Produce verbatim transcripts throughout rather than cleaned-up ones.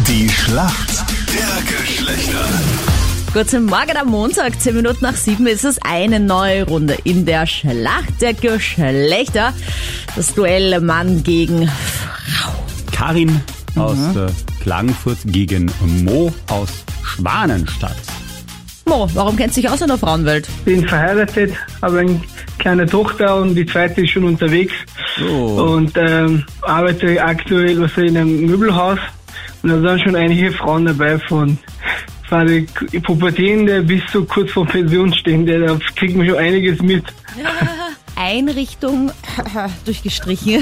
Die Schlacht der Geschlechter. Guten Morgen am Montag, zehn Minuten nach sieben ist es eine neue Runde in der Schlacht der Geschlechter. Das Duell Mann gegen Frau. Karin aus äh, Klagenfurt gegen Mo aus Schwanenstadt. Mo, warum kennst du dich aus in der Frauenwelt? Bin verheiratet, habe eine kleine Tochter und die zweite ist schon unterwegs. Oh. Und ähm, arbeite aktuell also in einem Möbelhaus. Und da sind schon einige Frauen dabei, von, von der Pubertierende bis so kurz vor Pensionsstehende. Da kriegt man schon einiges mit. Einrichtung durchgestrichen.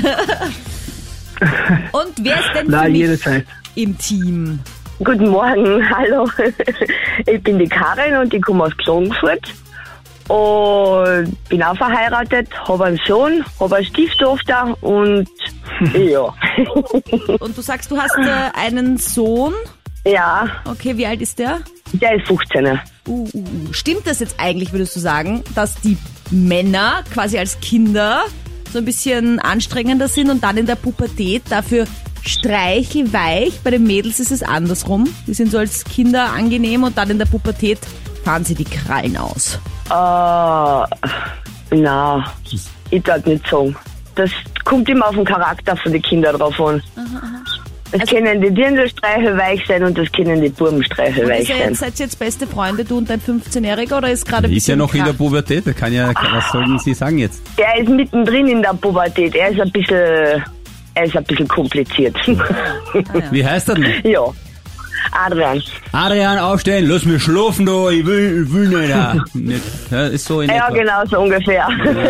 Und wer ist denn Na, für mich jederzeit. im Team? Guten Morgen, hallo. Ich bin die Karin und ich komme aus Klagenfurt und bin auch verheiratet, habe einen Sohn, habe eine Stieftochter und ja. Und du sagst, du hast äh, einen Sohn. Ja, Okay, wie alt ist der? der ist fünfzehn. Uh, uh, uh. Stimmt das jetzt eigentlich, würdest du sagen, dass die Männer quasi als Kinder so ein bisschen anstrengender sind und dann in der Pubertät dafür streichelweich? Bei den Mädels ist es andersrum. Die sind so als Kinder angenehm und dann in der Pubertät fahren sie die Krallen aus. Äh, na, ich darf nicht sagen. Das kommt immer auf den Charakter von den Kindern drauf an. Das Also- können die Dirndlstreiche weich sein und das können die Bubenstreiche Und weich ist er sein. jetzt, seid ihr jetzt beste Freunde, du und dein fünfzehnjähriger, oder ist gerade ein Die ist ja bisschen noch in der Krach? Pubertät, da kann ja, was sollten Sie sagen jetzt? Er ist mittendrin in der Pubertät. Er ist ein bisschen, er ist ein bisschen kompliziert. Wie heißt er denn? Ja. Adrian. Adrian, aufstehen, lass mich schlafen da, ich will, ich will nicht. Da. nicht. Ja, ist so in Ja, etwa. genau so ungefähr.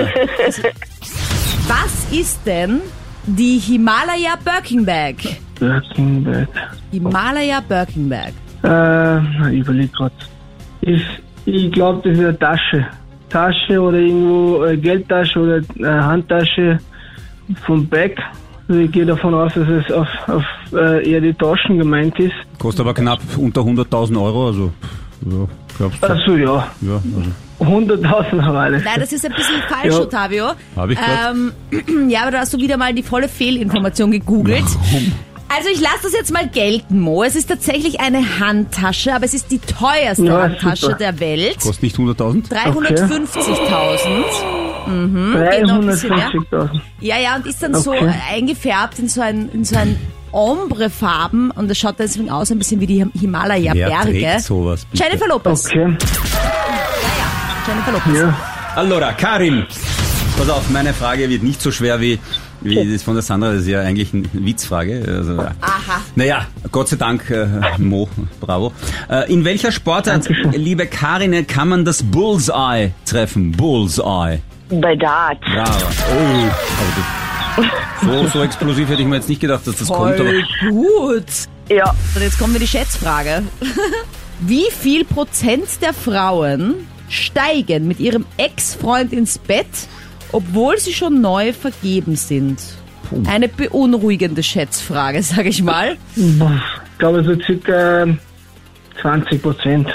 Was ist denn die Himalaya Birkin Bag? Birkin Bag. Himalaya Birkin Bag. Äh, ich überlege gerade. Ich, ich glaube, das ist eine Tasche. Tasche oder irgendwo äh, Geldtasche oder äh, Handtasche vom Bag. Also ich gehe davon aus, dass es auf, auf äh, eher die Taschen gemeint ist. Kostet aber knapp unter hunderttausend Euro, also ja, glaubst du? Achso, ja. Ja, also. hunderttausend haben alles. Nein, das ist ein bisschen falsch, Ja. Ottavio. Hab ich grad. ähm, Ja, aber da hast du wieder mal die volle Fehlinformation gegoogelt. Also ich lasse das jetzt mal gelten, Mo. Es ist tatsächlich eine Handtasche, aber es ist die teuerste Ja, Handtasche super. der Welt. Kostet nicht hunderttausend? dreihundertfünfzigtausend. Mhm, geht noch ein bisschen mehr. dreihundertfünfzigtausend. Ja, ja, und ist dann so Okay. äh, eingefärbt in so ein, in so ein Ombre-Farben und das schaut deswegen aus ein bisschen wie die Wer Himalaya-Berge. trägt sowas, bitte? Jennifer Lopez. Okay, Jennifer Lopez. ja. Allora, Karin, pass auf, meine Frage wird nicht so schwer wie, wie das von der Sandra, das ist ja eigentlich eine Witzfrage. Also, Aha. naja, Gott sei Dank, äh, Mo, bravo. Äh, in welcher Sportart, Dankeschön. liebe Karin, kann man das Bullseye treffen? Bullseye. Bei Dart. Bravo. Oh, aber das, so, so explosiv hätte ich mir jetzt nicht gedacht, dass das kommt. Aber Voll gut. Ja. Und jetzt kommen wir die Schätzfrage. Wie viel Prozent der Frauen steigen mit ihrem Ex-Freund ins Bett, obwohl sie schon neu vergeben sind? Eine beunruhigende Schätzfrage, sag ich mal. Ich glaube so circa zwanzig Prozent.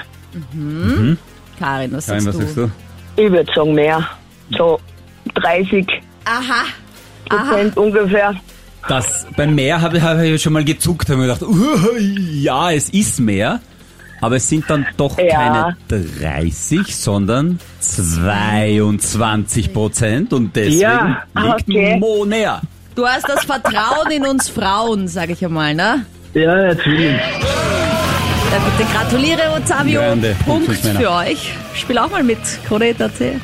Karin, was Karin, sagst was du? sagst du? Ich würde sagen mehr. So dreißig Aha. Aha. Prozent ungefähr. Das, beim Meer habe hab ich schon mal gezuckt, habe mir gedacht, uh, ja, es ist mehr, aber es sind dann doch Ja. keine dreißig, sondern zweiundzwanzig Prozent und deswegen Ja, liegt okay. Mo näher. Du hast das Vertrauen in uns Frauen, sag ich einmal, ne? Ja, natürlich. Dann bitte gratuliere, Ottavio. Grande. Punkt Fünf Männer. für euch. Spiel auch mal mit. Krone.at.